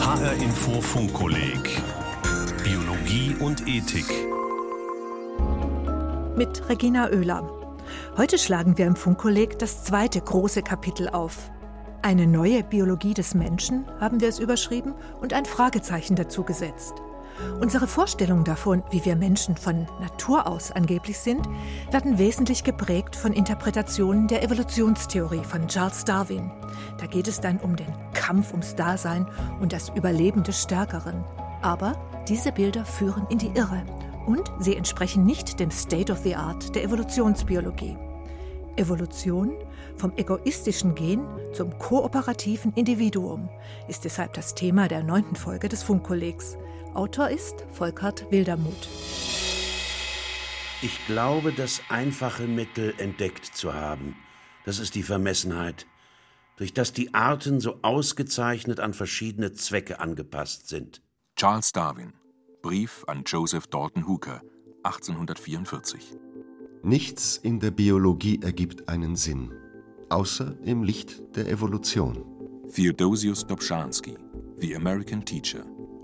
HR Info Funkkolleg Biologie und Ethik mit Regina Oehler. Heute schlagen wir im Funkkolleg das zweite große Kapitel auf. Eine neue Biologie des Menschen, haben wir es überschrieben, und ein Fragezeichen dazu gesetzt. Unsere Vorstellungen davon, wie wir Menschen von Natur aus angeblich sind, werden wesentlich geprägt von Interpretationen der Evolutionstheorie von Charles Darwin. Da geht es dann um den Kampf ums Dasein und das Überleben des Stärkeren. Aber diese Bilder führen in die Irre und sie entsprechen nicht dem State of the Art der Evolutionsbiologie. Evolution vom egoistischen Gen zum kooperativen Individuum ist deshalb das Thema der 9. Folge des Funkkollegs. Autor ist Volkert Wildermuth. Ich glaube, das einfache Mittel entdeckt zu haben. Das ist die Vermessenheit, durch das die Arten so ausgezeichnet an verschiedene Zwecke angepasst sind. Charles Darwin, Brief an Joseph Dalton Hooker, 1844. Nichts in der Biologie ergibt einen Sinn, außer im Licht der Evolution. Theodosius Dobzhansky, The American Teacher,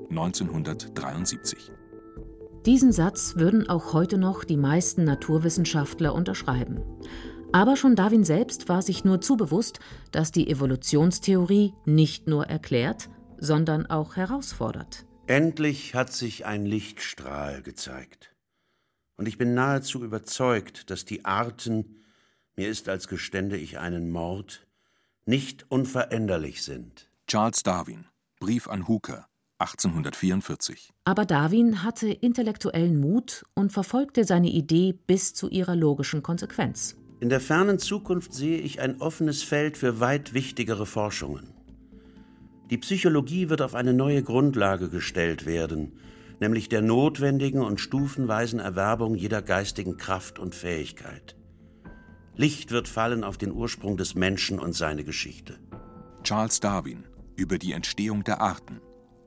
1973. Diesen Satz würden auch heute noch die meisten Naturwissenschaftler unterschreiben. Aber schon Darwin selbst war sich nur zu bewusst, dass die Evolutionstheorie nicht nur erklärt, sondern auch herausfordert. Endlich hat sich ein Lichtstrahl gezeigt. Und ich bin nahezu überzeugt, dass die Arten, mir ist, als gestände ich einen Mord, nicht unveränderlich sind. Charles Darwin, Brief an Hooker, 1844. Aber Darwin hatte intellektuellen Mut und verfolgte seine Idee bis zu ihrer logischen Konsequenz. In der fernen Zukunft sehe ich ein offenes Feld für weit wichtigere Forschungen. Die Psychologie wird auf eine neue Grundlage gestellt werden, nämlich der notwendigen und stufenweisen Erwerbung jeder geistigen Kraft und Fähigkeit. Licht wird fallen auf den Ursprung des Menschen und seine Geschichte. Charles Darwin, über die Entstehung der Arten,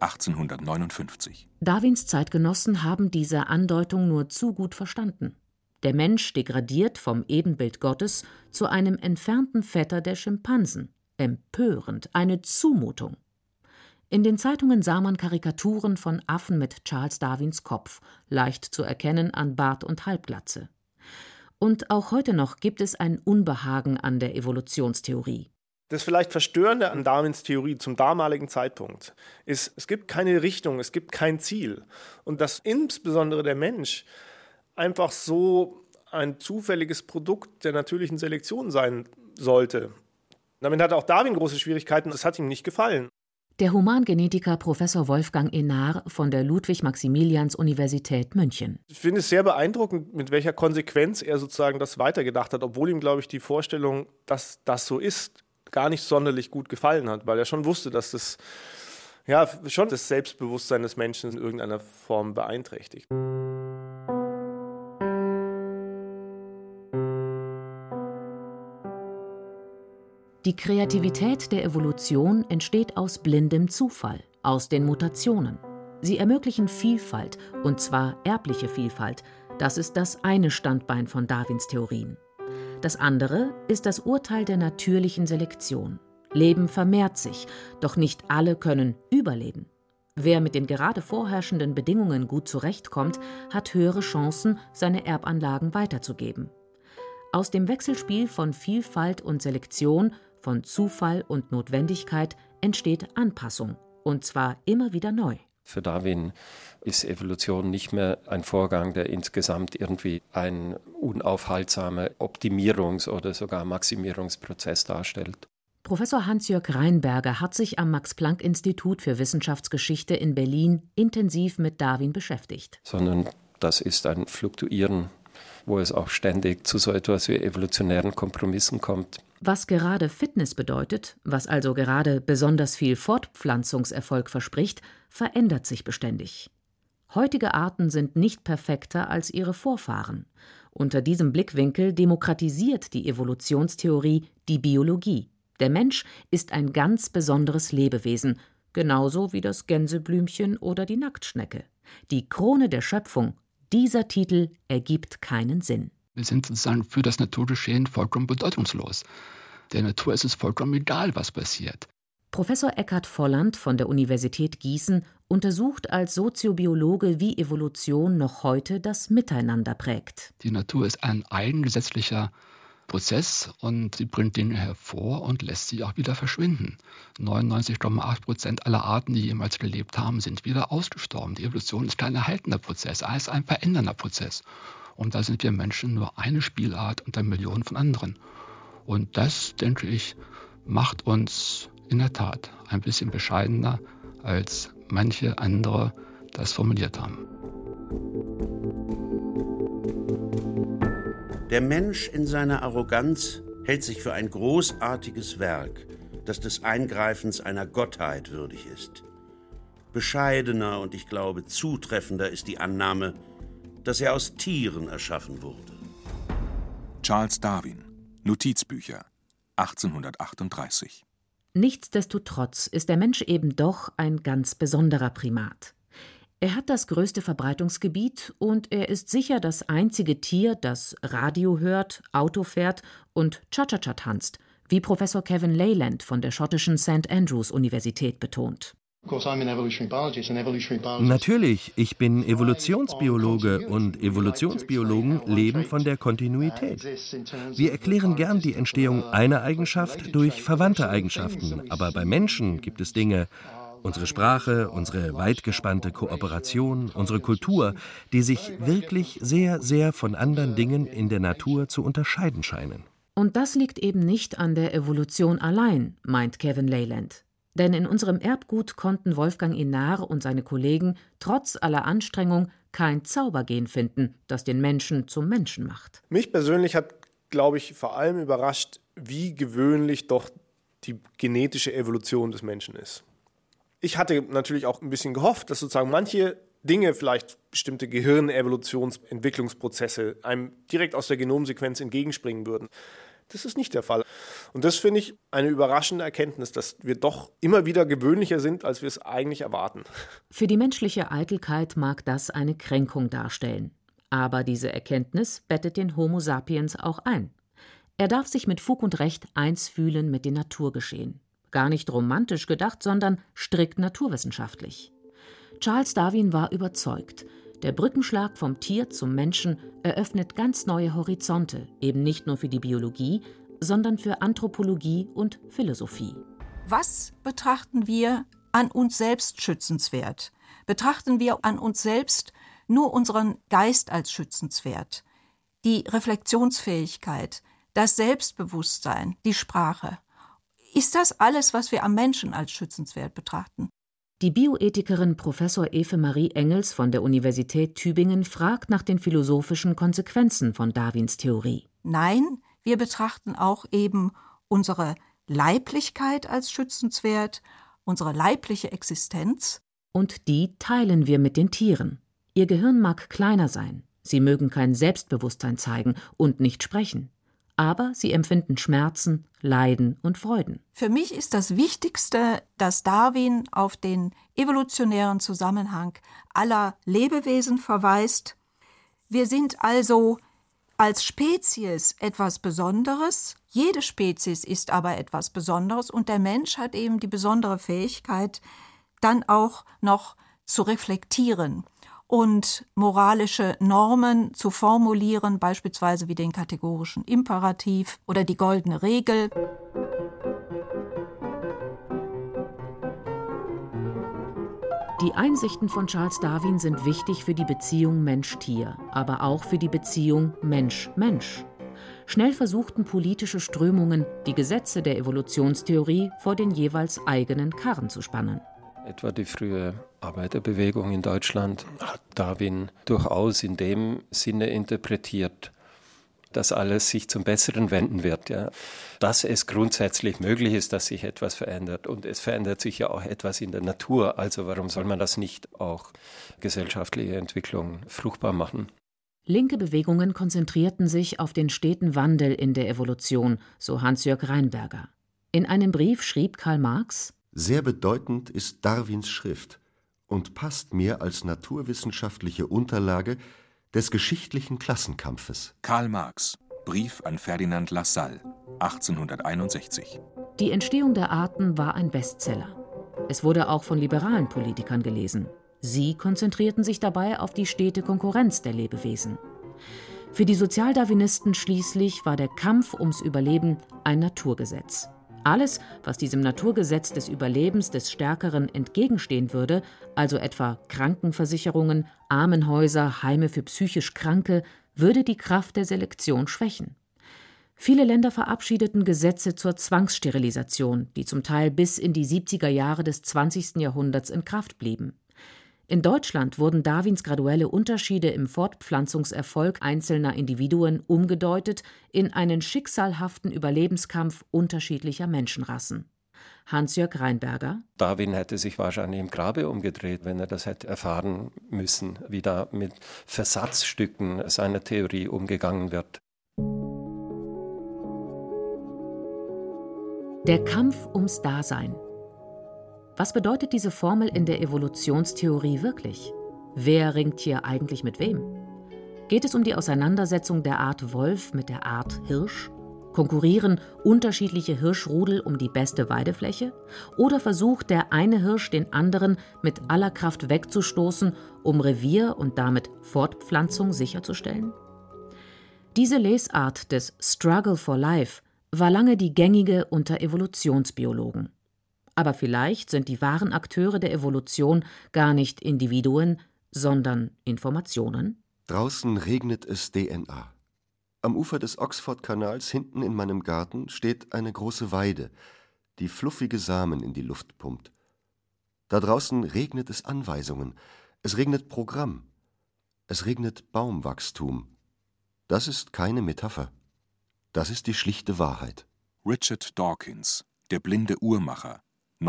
1859. Darwins Zeitgenossen haben diese Andeutung nur zu gut verstanden. Der Mensch degradiert vom Ebenbild Gottes zu einem entfernten Vetter der Schimpansen. Empörend, eine Zumutung. In den Zeitungen sah man Karikaturen von Affen mit Charles Darwins Kopf, leicht zu erkennen an Bart und Halbglatze. Und auch heute noch gibt es ein Unbehagen an der Evolutionstheorie. Das vielleicht Verstörende an Darwins Theorie zum damaligen Zeitpunkt ist, es gibt keine Richtung, es gibt kein Ziel. Und dass insbesondere der Mensch einfach so ein zufälliges Produkt der natürlichen Selektion sein sollte. Damit hatte auch Darwin große Schwierigkeiten, es hat ihm nicht gefallen. Der Humangenetiker Professor Wolfgang Enar von der Ludwig-Maximilians-Universität München. Ich finde es sehr beeindruckend, mit welcher Konsequenz er sozusagen das weitergedacht hat, obwohl ihm, glaube ich, die Vorstellung, dass das so ist, gar nicht sonderlich gut gefallen hat, weil er schon wusste, dass das schon das Selbstbewusstsein des Menschen in irgendeiner Form beeinträchtigt. Die Kreativität der Evolution entsteht aus blindem Zufall, aus den Mutationen. Sie ermöglichen Vielfalt, und zwar erbliche Vielfalt. Das ist das eine Standbein von Darwins Theorien. Das andere ist das Urteil der natürlichen Selektion. Leben vermehrt sich, doch nicht alle können überleben. Wer mit den gerade vorherrschenden Bedingungen gut zurechtkommt, hat höhere Chancen, seine Erbanlagen weiterzugeben. Aus dem Wechselspiel von Vielfalt und Selektion, von Zufall und Notwendigkeit entsteht Anpassung, und zwar immer wieder neu. Für Darwin ist Evolution nicht mehr ein Vorgang, der insgesamt irgendwie ein unaufhaltsamer Optimierungs- oder sogar Maximierungsprozess darstellt. Professor Hans-Jörg Reinberger hat sich am Max-Planck-Institut für Wissenschaftsgeschichte in Berlin intensiv mit Darwin beschäftigt. Sondern das ist ein Fluktuieren, wo es auch ständig zu so etwas wie evolutionären Kompromissen kommt. Was gerade Fitness bedeutet, was also gerade besonders viel Fortpflanzungserfolg verspricht, verändert sich beständig. Heutige Arten sind nicht perfekter als ihre Vorfahren. Unter diesem Blickwinkel demokratisiert die Evolutionstheorie die Biologie. Der Mensch ist ein ganz besonderes Lebewesen, genauso wie das Gänseblümchen oder die Nacktschnecke. Die Krone der Schöpfung, dieser Titel ergibt keinen Sinn. Wir sind sozusagen für das Naturgeschehen vollkommen bedeutungslos. Der Natur ist es vollkommen egal, was passiert. Professor Eckhard Volland von der Universität Gießen untersucht als Soziobiologe, wie Evolution noch heute das Miteinander prägt. Die Natur ist ein eigengesetzlicher Prozess und sie bringt Dinge hervor und lässt sie auch wieder verschwinden. 99,8% aller Arten, die jemals gelebt haben, sind wieder ausgestorben. Die Evolution ist kein erhaltender Prozess, er ist ein verändernder Prozess. Und da sind wir Menschen nur eine Spielart unter Millionen von anderen. Und das, denke ich, macht uns in der Tat ein bisschen bescheidener, als manche andere das formuliert haben. Der Mensch in seiner Arroganz hält sich für ein großartiges Werk, das des Eingreifens einer Gottheit würdig ist. Bescheidener und ich glaube zutreffender ist die Annahme, dass er aus Tieren erschaffen wurde. Charles Darwin, Notizbücher, 1838. Nichtsdestotrotz ist der Mensch eben doch ein ganz besonderer Primat. Er hat das größte Verbreitungsgebiet und er ist sicher das einzige Tier, das Radio hört, Auto fährt und Cha-Cha-Cha tanzt, wie Professor Kevin Leyland von der schottischen St. Andrews Universität betont. Natürlich, ich bin Evolutionsbiologe und Evolutionsbiologen leben von der Kontinuität. Wir erklären gern die Entstehung einer Eigenschaft durch verwandte Eigenschaften, aber bei Menschen gibt es Dinge, unsere Sprache, unsere weitgespannte Kooperation, unsere Kultur, die sich wirklich sehr, sehr von anderen Dingen in der Natur zu unterscheiden scheinen. Und das liegt eben nicht an der Evolution allein, meint Kevin Leyland. Denn in unserem Erbgut konnten Wolfgang Innar und seine Kollegen trotz aller Anstrengung kein Zaubergen finden, das den Menschen zum Menschen macht. Mich persönlich hat, glaube ich, vor allem überrascht, wie gewöhnlich doch die genetische Evolution des Menschen ist. Ich hatte natürlich auch ein bisschen gehofft, dass sozusagen manche Dinge, vielleicht bestimmte Gehirnevolutionsentwicklungsprozesse, einem direkt aus der Genomsequenz entgegenspringen würden. Das ist nicht der Fall. Und das finde ich eine überraschende Erkenntnis, dass wir doch immer wieder gewöhnlicher sind, als wir es eigentlich erwarten. Für die menschliche Eitelkeit mag das eine Kränkung darstellen. Aber diese Erkenntnis bettet den Homo sapiens auch ein. Er darf sich mit Fug und Recht eins fühlen mit den Naturgeschehen. Gar nicht romantisch gedacht, sondern strikt naturwissenschaftlich. Charles Darwin war überzeugt, der Brückenschlag vom Tier zum Menschen eröffnet ganz neue Horizonte, eben nicht nur für die Biologie, sondern für Anthropologie und Philosophie. Was betrachten wir an uns selbst schützenswert? Betrachten wir an uns selbst nur unseren Geist als schützenswert? Die Reflexionsfähigkeit, das Selbstbewusstsein, die Sprache. Ist das alles, was wir am Menschen als schützenswert betrachten? Die Bioethikerin Professor Eve-Marie Engels von der Universität Tübingen fragt nach den philosophischen Konsequenzen von Darwins Theorie. Nein, wir betrachten auch eben unsere Leiblichkeit als schützenswert, unsere leibliche Existenz. Und die teilen wir mit den Tieren. Ihr Gehirn mag kleiner sein, sie mögen kein Selbstbewusstsein zeigen und nicht sprechen. Aber sie empfinden Schmerzen, Leiden und Freuden. Für mich ist das Wichtigste, dass Darwin auf den evolutionären Zusammenhang aller Lebewesen verweist. Wir sind also als Spezies etwas Besonderes. Jede Spezies ist aber etwas Besonderes und der Mensch hat eben die besondere Fähigkeit, dann auch noch zu reflektieren und moralische Normen zu formulieren, beispielsweise wie den kategorischen Imperativ oder die goldene Regel. Die Einsichten von Charles Darwin sind wichtig für die Beziehung Mensch-Tier, aber auch für die Beziehung Mensch-Mensch. Schnell versuchten politische Strömungen, die Gesetze der Evolutionstheorie vor den jeweils eigenen Karren zu spannen. Etwa die frühe Arbeiterbewegung in Deutschland hat Darwin durchaus in dem Sinne interpretiert, dass alles sich zum Besseren wenden wird. Ja. Dass es grundsätzlich möglich ist, dass sich etwas verändert. Und es verändert sich ja auch etwas in der Natur. Also warum soll man das nicht auch gesellschaftliche Entwicklung fruchtbar machen? Linke Bewegungen konzentrierten sich auf den steten Wandel in der Evolution, so Hans-Jörg Reinberger. In einem Brief schrieb Karl Marx: Sehr bedeutend ist Darwins Schrift und passt mir als naturwissenschaftliche Unterlage des geschichtlichen Klassenkampfes. Karl Marx, Brief an Ferdinand Lassalle, 1861. Die Entstehung der Arten war ein Bestseller. Es wurde auch von liberalen Politikern gelesen. Sie konzentrierten sich dabei auf die stete Konkurrenz der Lebewesen. Für die Sozialdarwinisten schließlich war der Kampf ums Überleben ein Naturgesetz. Alles, was diesem Naturgesetz des Überlebens des Stärkeren entgegenstehen würde, also etwa Krankenversicherungen, Armenhäuser, Heime für psychisch Kranke, würde die Kraft der Selektion schwächen. Viele Länder verabschiedeten Gesetze zur Zwangssterilisation, die zum Teil bis in die 70er Jahre des 20. Jahrhunderts in Kraft blieben. In Deutschland wurden Darwins graduelle Unterschiede im Fortpflanzungserfolg einzelner Individuen umgedeutet in einen schicksalhaften Überlebenskampf unterschiedlicher Menschenrassen. Hans-Jörg Reinberger: Darwin hätte sich wahrscheinlich im Grabe umgedreht, wenn er das hätte erfahren müssen, wie da mit Versatzstücken seiner Theorie umgegangen wird. Der Kampf ums Dasein. Was bedeutet diese Formel in der Evolutionstheorie wirklich? Wer ringt hier eigentlich mit wem? Geht es um die Auseinandersetzung der Art Wolf mit der Art Hirsch? Konkurrieren unterschiedliche Hirschrudel um die beste Weidefläche? Oder versucht der eine Hirsch den anderen mit aller Kraft wegzustoßen, um Revier und damit Fortpflanzung sicherzustellen? Diese Lesart des Struggle for Life war lange die gängige unter Evolutionsbiologen. Aber vielleicht sind die wahren Akteure der Evolution gar nicht Individuen, sondern Informationen? Draußen regnet es DNA. Am Ufer des Oxford-Kanals hinten in meinem Garten steht eine große Weide, die fluffige Samen in die Luft pumpt. Da draußen regnet es Anweisungen, es regnet Programm, es regnet Baumwachstum. Das ist keine Metapher. Das ist die schlichte Wahrheit. Richard Dawkins, der blinde Uhrmacher,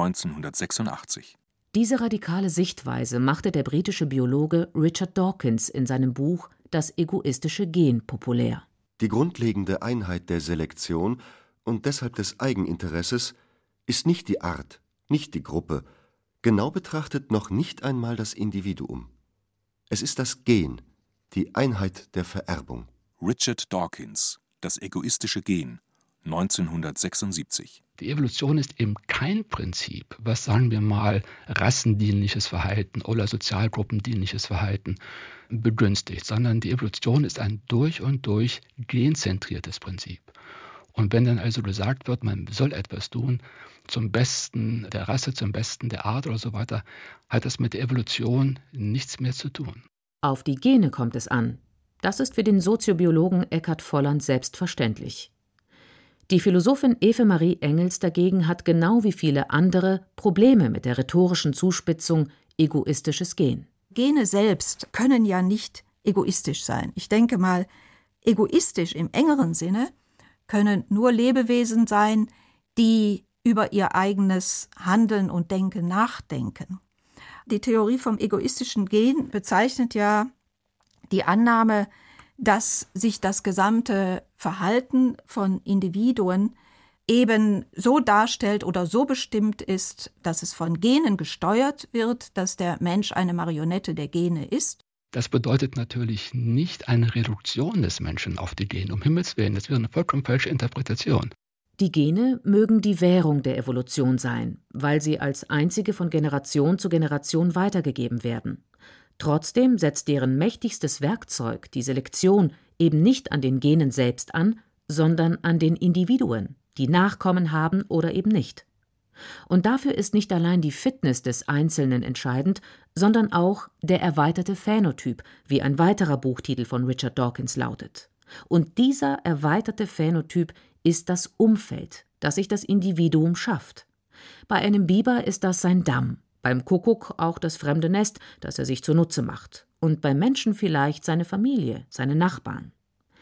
1986. Diese radikale Sichtweise machte der britische Biologe Richard Dawkins in seinem Buch »Das egoistische Gen« populär. Die grundlegende Einheit der Selektion und deshalb des Eigeninteresses ist nicht die Art, nicht die Gruppe, genau betrachtet noch nicht einmal das Individuum. Es ist das Gen, die Einheit der Vererbung. Richard Dawkins, Das egoistische Gen, 1976. Die Evolution ist eben kein Prinzip, was, sagen wir mal, rassendienliches Verhalten oder sozialgruppendienliches Verhalten begünstigt, sondern die Evolution ist ein durch und durch genzentriertes Prinzip. Und wenn dann also gesagt wird, man soll etwas tun zum Besten der Rasse, zum Besten der Art oder so weiter, hat das mit der Evolution nichts mehr zu tun. Auf die Gene kommt es an. Das ist für den Soziobiologen Eckhard Volland selbstverständlich. Die Philosophin Eve-Marie Engels dagegen hat genau wie viele andere Probleme mit der rhetorischen Zuspitzung egoistisches Gen. Gene selbst können ja nicht egoistisch sein. Ich denke mal, egoistisch im engeren Sinne können nur Lebewesen sein, die über ihr eigenes Handeln und Denken nachdenken. Die Theorie vom egoistischen Gen bezeichnet ja die Annahme, dass sich das gesamte Verhalten von Individuen eben so darstellt oder so bestimmt ist, dass es von Genen gesteuert wird, dass der Mensch eine Marionette der Gene ist. Das bedeutet natürlich nicht eine Reduktion des Menschen auf die Gene, um Himmels Willen. Das wäre eine vollkommen falsche Interpretation. Die Gene mögen die Währung der Evolution sein, weil sie als einzige von Generation zu Generation weitergegeben werden. Trotzdem setzt deren mächtigstes Werkzeug, die Selektion, eben nicht an den Genen selbst an, sondern an den Individuen, die Nachkommen haben oder eben nicht. Und dafür ist nicht allein die Fitness des Einzelnen entscheidend, sondern auch der erweiterte Phänotyp, wie ein weiterer Buchtitel von Richard Dawkins lautet. Und dieser erweiterte Phänotyp ist das Umfeld, das sich das Individuum schafft. Bei einem Biber ist das sein Damm, beim Kuckuck auch das fremde Nest, das er sich zunutze macht, und beim Menschen vielleicht seine Familie, seine Nachbarn.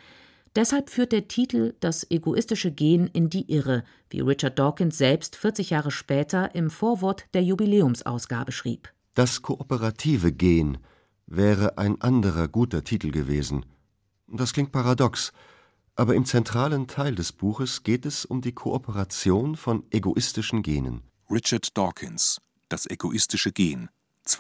Deshalb führt der Titel Das egoistische Gen in die Irre, wie Richard Dawkins selbst 40 Jahre später im Vorwort der Jubiläumsausgabe schrieb. Das kooperative Gen wäre ein anderer guter Titel gewesen. Das klingt paradox, aber im zentralen Teil des Buches geht es um die Kooperation von egoistischen Genen. Richard Dawkins, Das egoistische Gen,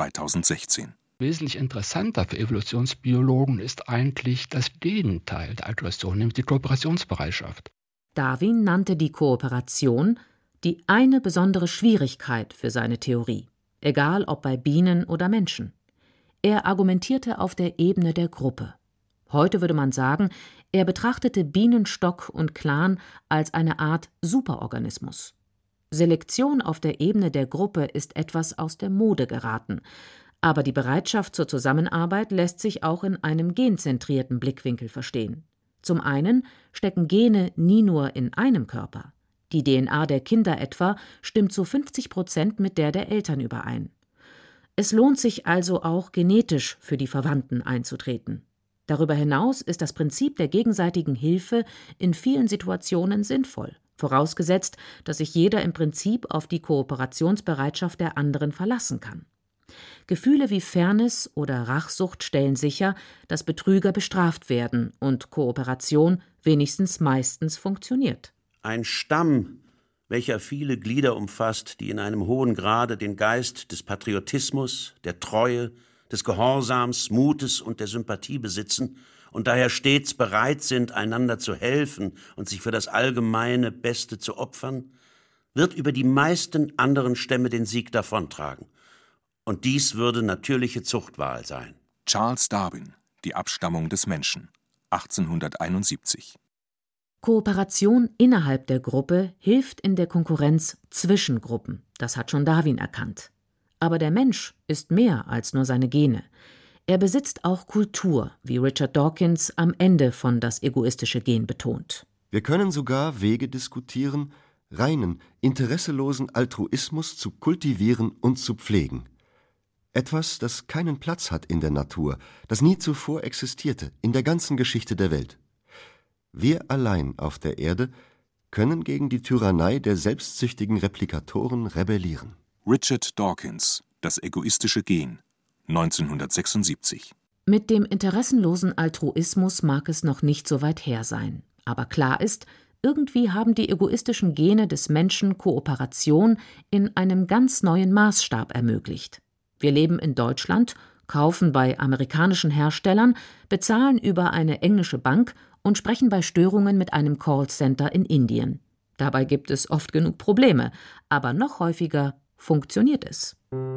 2016. Wesentlich interessanter für Evolutionsbiologen ist eigentlich das Gegenteil der Aggression, nämlich die Kooperationsbereitschaft. Darwin nannte die Kooperation die eine besondere Schwierigkeit für seine Theorie, egal ob bei Bienen oder Menschen. Er argumentierte auf der Ebene der Gruppe. Heute würde man sagen, er betrachtete Bienenstock und Clan als eine Art Superorganismus. Selektion auf der Ebene der Gruppe ist etwas aus der Mode geraten, aber die Bereitschaft zur Zusammenarbeit lässt sich auch in einem genzentrierten Blickwinkel verstehen. Zum einen stecken Gene nie nur in einem Körper. Die DNA der Kinder etwa stimmt zu 50% mit der Eltern überein. Es lohnt sich also auch genetisch für die Verwandten einzutreten. Darüber hinaus ist das Prinzip der gegenseitigen Hilfe in vielen Situationen sinnvoll, vorausgesetzt, dass sich jeder im Prinzip auf die Kooperationsbereitschaft der anderen verlassen kann. Gefühle wie Fairness oder Rachsucht stellen sicher, dass Betrüger bestraft werden und Kooperation wenigstens meistens funktioniert. Ein Stamm, welcher viele Glieder umfasst, die in einem hohen Grade den Geist des Patriotismus, der Treue, des Gehorsams, Mutes und der Sympathie besitzen und daher stets bereit sind, einander zu helfen und sich für das allgemeine Beste zu opfern, wird über die meisten anderen Stämme den Sieg davontragen. Und dies würde natürliche Zuchtwahl sein. Charles Darwin, Die Abstammung des Menschen, 1871. Kooperation innerhalb der Gruppe hilft in der Konkurrenz zwischen Gruppen. Das hat schon Darwin erkannt. Aber der Mensch ist mehr als nur seine Gene. Er besitzt auch Kultur, wie Richard Dawkins am Ende von Das egoistische Gen betont. Wir können sogar Wege diskutieren, reinen, interesselosen Altruismus zu kultivieren und zu pflegen. Etwas, das keinen Platz hat in der Natur, das nie zuvor existierte, in der ganzen Geschichte der Welt. Wir allein auf der Erde können gegen die Tyrannei der selbstsüchtigen Replikatoren rebellieren. Richard Dawkins, Das egoistische Gen, 1976. Mit dem interessenlosen Altruismus mag es noch nicht so weit her sein. Aber klar ist, irgendwie haben die egoistischen Gene des Menschen Kooperation in einem ganz neuen Maßstab ermöglicht. Wir leben in Deutschland, kaufen bei amerikanischen Herstellern, bezahlen über eine englische Bank und sprechen bei Störungen mit einem Callcenter in Indien. Dabei gibt es oft genug Probleme, aber noch häufiger funktioniert es.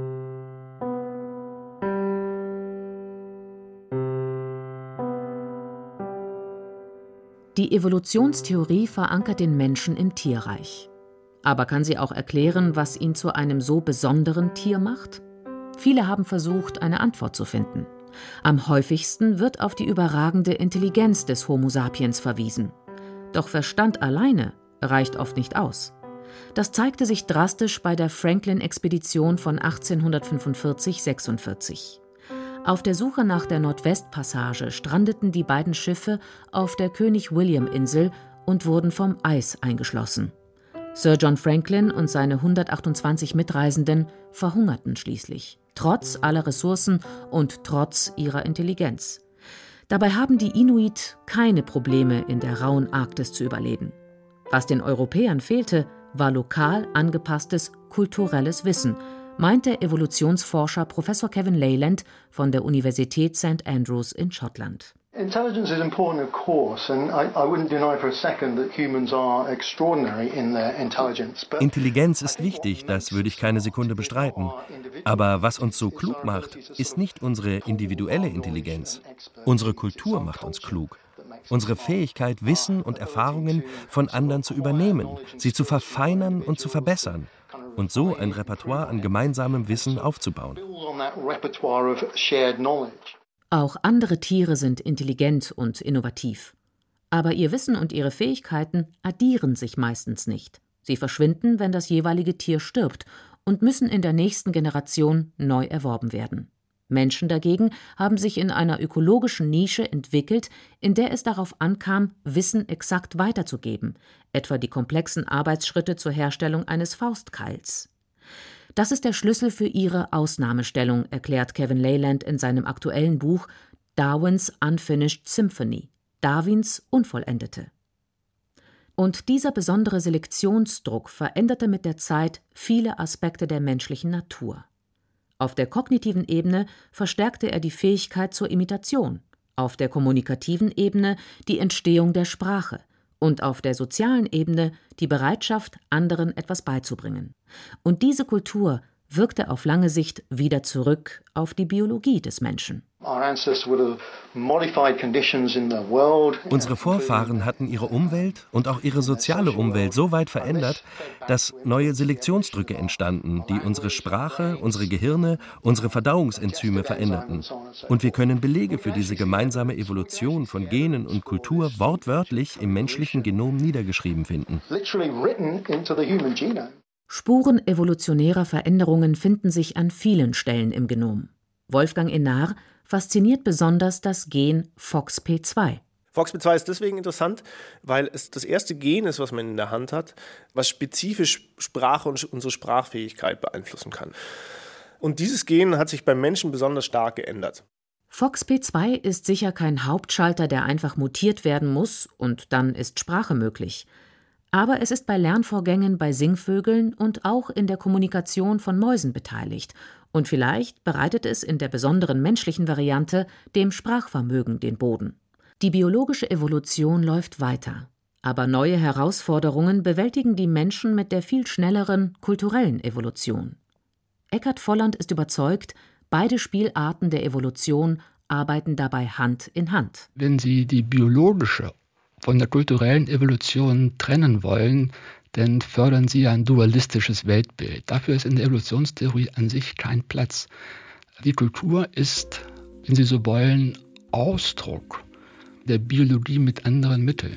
Die Evolutionstheorie verankert den Menschen im Tierreich. Aber kann sie auch erklären, was ihn zu einem so besonderen Tier macht? Viele haben versucht, eine Antwort zu finden. Am häufigsten wird auf die überragende Intelligenz des Homo sapiens verwiesen. Doch Verstand alleine reicht oft nicht aus. Das zeigte sich drastisch bei der Franklin-Expedition von 1845/46. Auf der Suche nach der Nordwestpassage strandeten die beiden Schiffe auf der König-William-Insel und wurden vom Eis eingeschlossen. Sir John Franklin und seine 128 Mitreisenden verhungerten schließlich, trotz aller Ressourcen und trotz ihrer Intelligenz. Dabei haben die Inuit keine Probleme, in der rauen Arktis zu überleben. Was den Europäern fehlte, war lokal angepasstes kulturelles Wissen, meint der Evolutionsforscher Professor Kevin Leyland von der Universität St. Andrews in Schottland. Intelligence is important, of course, and I wouldn't deny for a second that humans are extraordinary in their intelligence. Intelligenz ist wichtig, das würde ich keine Sekunde bestreiten. Aber was uns so klug macht, ist nicht unsere individuelle Intelligenz. Unsere Kultur macht uns klug. Unsere Fähigkeit, Wissen und Erfahrungen von anderen zu übernehmen, sie zu verfeinern und zu verbessern und so ein Repertoire an gemeinsamem Wissen aufzubauen. Auch andere Tiere sind intelligent und innovativ. Aber ihr Wissen und ihre Fähigkeiten addieren sich meistens nicht. Sie verschwinden, wenn das jeweilige Tier stirbt und müssen in der nächsten Generation neu erworben werden. Menschen dagegen haben sich in einer ökologischen Nische entwickelt, in der es darauf ankam, Wissen exakt weiterzugeben, etwa die komplexen Arbeitsschritte zur Herstellung eines Faustkeils. Das ist der Schlüssel für ihre Ausnahmestellung, erklärt Kevin Leyland in seinem aktuellen Buch Darwin's Unfinished Symphony, Darwins Unvollendete. Und dieser besondere Selektionsdruck veränderte mit der Zeit viele Aspekte der menschlichen Natur. Auf der kognitiven Ebene verstärkte er die Fähigkeit zur Imitation, auf der kommunikativen Ebene die Entstehung der Sprache und auf der sozialen Ebene die Bereitschaft, anderen etwas beizubringen. Und diese Kultur wirkte auf lange Sicht wieder zurück auf die Biologie des Menschen. Unsere Vorfahren hatten ihre Umwelt und auch ihre soziale Umwelt so weit verändert, dass neue Selektionsdrücke entstanden, die unsere Sprache, unsere Gehirne, unsere Verdauungsenzyme veränderten. Und wir können Belege für diese gemeinsame Evolution von Genen und Kultur wortwörtlich im menschlichen Genom niedergeschrieben finden. Spuren evolutionärer Veränderungen finden sich an vielen Stellen im Genom. Wolfgang Enard fasziniert besonders das Gen FOXP2. FOXP2 ist deswegen interessant, weil es das erste Gen ist, was man in der Hand hat, was spezifisch Sprache und unsere Sprachfähigkeit beeinflussen kann. Und dieses Gen hat sich beim Menschen besonders stark geändert. FOXP2 ist sicher kein Hauptschalter, der einfach mutiert werden muss und dann ist Sprache möglich. Aber es ist bei Lernvorgängen bei Singvögeln und auch in der Kommunikation von Mäusen beteiligt. Und vielleicht bereitet es in der besonderen menschlichen Variante dem Sprachvermögen den Boden. Die biologische Evolution läuft weiter. Aber neue Herausforderungen bewältigen die Menschen mit der viel schnelleren kulturellen Evolution. Eckhard Volland ist überzeugt, beide Spielarten der Evolution arbeiten dabei Hand in Hand. Wenn Sie die biologische von der kulturellen Evolution trennen wollen, dann fördern sie ein dualistisches Weltbild. Dafür ist in der Evolutionstheorie an sich kein Platz. Die Kultur ist, wenn Sie so wollen, Ausdruck der Biologie mit anderen Mitteln.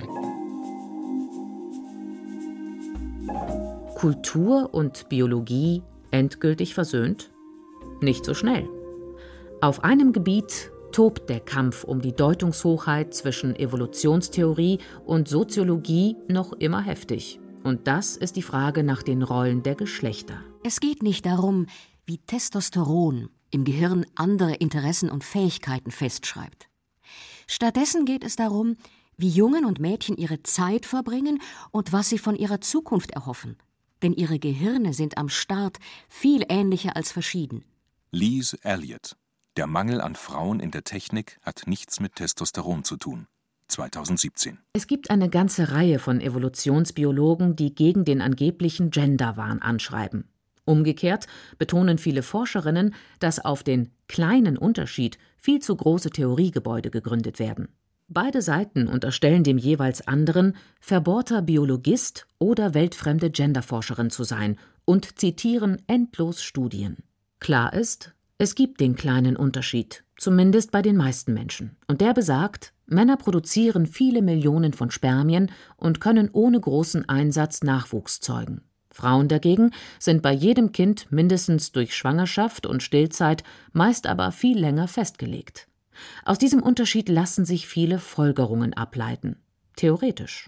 Kultur und Biologie endgültig versöhnt? Nicht so schnell. Auf einem Gebiet tobt der Kampf um die Deutungshochheit zwischen Evolutionstheorie und Soziologie noch immer heftig. Und das ist die Frage nach den Rollen der Geschlechter. Es geht nicht darum, wie Testosteron im Gehirn andere Interessen und Fähigkeiten festschreibt. Stattdessen geht es darum, wie Jungen und Mädchen ihre Zeit verbringen und was sie von ihrer Zukunft erhoffen. Denn ihre Gehirne sind am Start viel ähnlicher als verschieden. Lise Elliott. Der Mangel an Frauen in der Technik hat nichts mit Testosteron zu tun. 2017. Es gibt eine ganze Reihe von Evolutionsbiologen, die gegen den angeblichen Genderwahn anschreiben. Umgekehrt betonen viele Forscherinnen, dass auf den kleinen Unterschied viel zu große Theoriegebäude gegründet werden. Beide Seiten unterstellen dem jeweils anderen, verbohrter Biologist oder weltfremde Genderforscherin zu sein und zitieren endlos Studien. Klar ist, es gibt den kleinen Unterschied, zumindest bei den meisten Menschen. Und der besagt, Männer produzieren viele Millionen von Spermien und können ohne großen Einsatz Nachwuchs zeugen. Frauen dagegen sind bei jedem Kind mindestens durch Schwangerschaft und Stillzeit, meist aber viel länger festgelegt. Aus diesem Unterschied lassen sich viele Folgerungen ableiten. Theoretisch.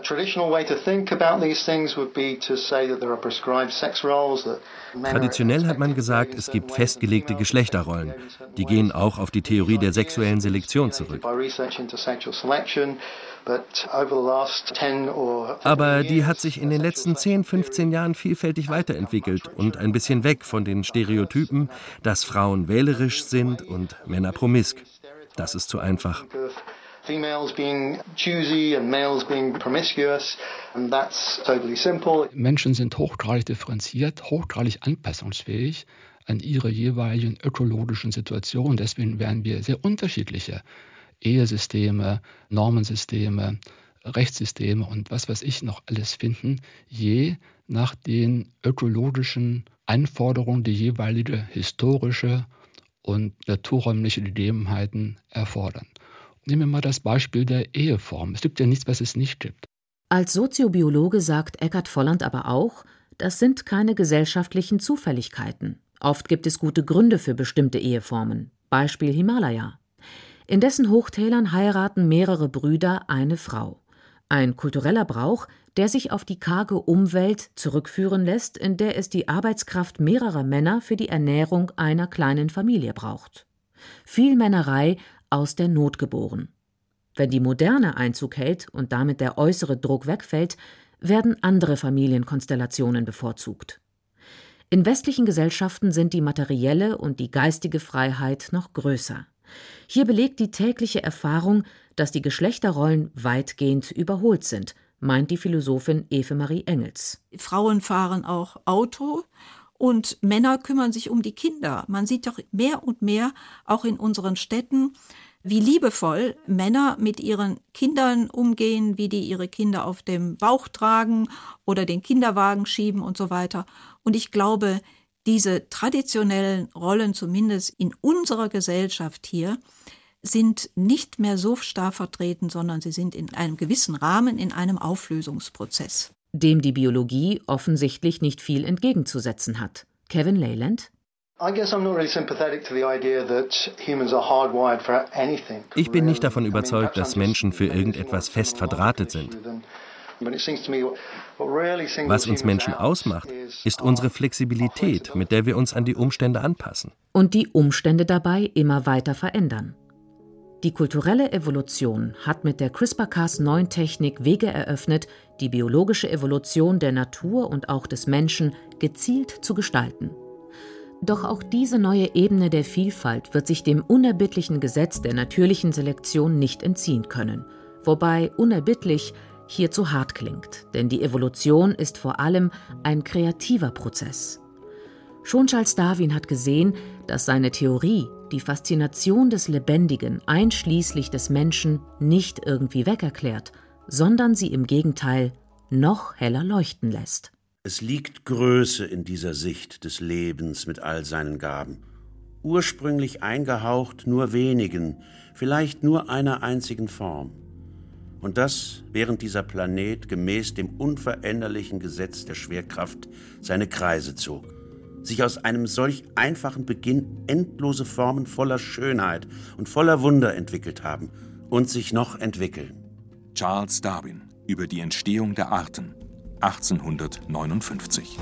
Traditionell hat man gesagt, es gibt festgelegte Geschlechterrollen. Die gehen auch auf die Theorie der sexuellen Selektion zurück. Aber die hat sich in den letzten 10, 15 Jahren vielfältig weiterentwickelt und ein bisschen weg von den Stereotypen, dass Frauen wählerisch sind und Männer promisk. Das ist zu einfach. Females being choosy and males being promiscuous, and that's totally simple. Menschen sind hochgradig differenziert, hochgradig anpassungsfähig an ihre jeweiligen ökologischen Situationen. Deswegen werden wir sehr unterschiedliche Ehesysteme, Normensysteme, Rechtssysteme und was weiß ich noch alles finden, je nach den ökologischen Anforderungen, die jeweilige historische und naturräumliche Gegebenheiten erfordern. Nehmen wir mal das Beispiel der Eheform. Es gibt ja nichts, was es nicht gibt. Als Soziobiologe sagt Eckhard Volland aber auch, das sind keine gesellschaftlichen Zufälligkeiten. Oft gibt es gute Gründe für bestimmte Eheformen. Beispiel Himalaya. In dessen Hochtälern heiraten mehrere Brüder eine Frau. Ein kultureller Brauch, der sich auf die karge Umwelt zurückführen lässt, in der es die Arbeitskraft mehrerer Männer für die Ernährung einer kleinen Familie braucht. Viel Männerei aus der Not geboren. Wenn die Moderne Einzug hält und damit der äußere Druck wegfällt, werden andere Familienkonstellationen bevorzugt. In westlichen Gesellschaften sind die materielle und die geistige Freiheit noch größer. Hier belegt die tägliche Erfahrung, dass die Geschlechterrollen weitgehend überholt sind, meint die Philosophin Eve-Marie Engels. Frauen fahren auch Auto und Männer kümmern sich um die Kinder. Man sieht doch mehr und mehr, auch in unseren Städten, wie liebevoll Männer mit ihren Kindern umgehen, wie die ihre Kinder auf dem Bauch tragen oder den Kinderwagen schieben und so weiter. Und ich glaube, diese traditionellen Rollen, zumindest in unserer Gesellschaft hier, sind nicht mehr so stark vertreten, sondern sie sind in einem gewissen Rahmen in einem Auflösungsprozess. Dem die Biologie offensichtlich nicht viel entgegenzusetzen hat. Kevin Leyland? Ich bin nicht davon überzeugt, dass Menschen für irgendetwas fest verdrahtet sind. Was uns Menschen ausmacht, ist unsere Flexibilität, mit der wir uns an die Umstände anpassen. Und die Umstände dabei immer weiter verändern. Die kulturelle Evolution hat mit der CRISPR-Cas9-Technik Wege eröffnet, die biologische Evolution der Natur und auch des Menschen gezielt zu gestalten. Doch auch diese neue Ebene der Vielfalt wird sich dem unerbittlichen Gesetz der natürlichen Selektion nicht entziehen können, wobei unerbittlich hier zu hart klingt, denn die Evolution ist vor allem ein kreativer Prozess. Schon Charles Darwin hat gesehen, dass seine Theorie die Faszination des Lebendigen einschließlich des Menschen nicht irgendwie wegerklärt, sondern sie im Gegenteil noch heller leuchten lässt. Es liegt Größe in dieser Sicht des Lebens mit all seinen Gaben. Ursprünglich eingehaucht nur wenigen, vielleicht nur einer einzigen Form. Und das, während dieser Planet gemäß dem unveränderlichen Gesetz der Schwerkraft seine Kreise zog. Sich aus einem solch einfachen Beginn endlose Formen voller Schönheit und voller Wunder entwickelt haben und sich noch entwickeln. Charles Darwin über die Entstehung der Arten, 1859.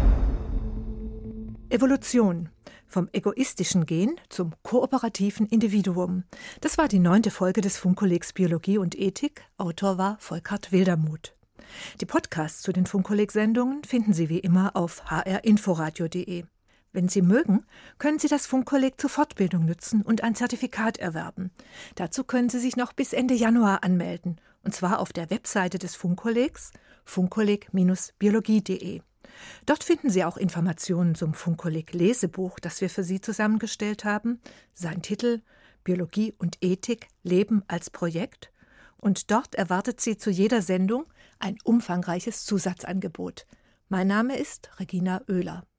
Evolution. Vom egoistischen Gen zum kooperativen Individuum. Das war die 9. Folge des Funkkollegs Biologie und Ethik. Autor war Volkart Wildermuth. Die Podcasts zu den Funkkolleg-Sendungen finden Sie wie immer auf hrinforadio.de. Wenn Sie mögen, können Sie das Funkkolleg zur Fortbildung nützen und ein Zertifikat erwerben. Dazu können Sie sich noch bis Ende Januar anmelden, und zwar auf der Webseite des Funkkollegs, funkkolleg-biologie.de. Dort finden Sie auch Informationen zum Funkkolleg-Lesebuch, das wir für Sie zusammengestellt haben. Sein Titel Biologie und Ethik – Leben als Projekt. Und dort erwartet Sie zu jeder Sendung ein umfangreiches Zusatzangebot. Mein Name ist Regina Oehler.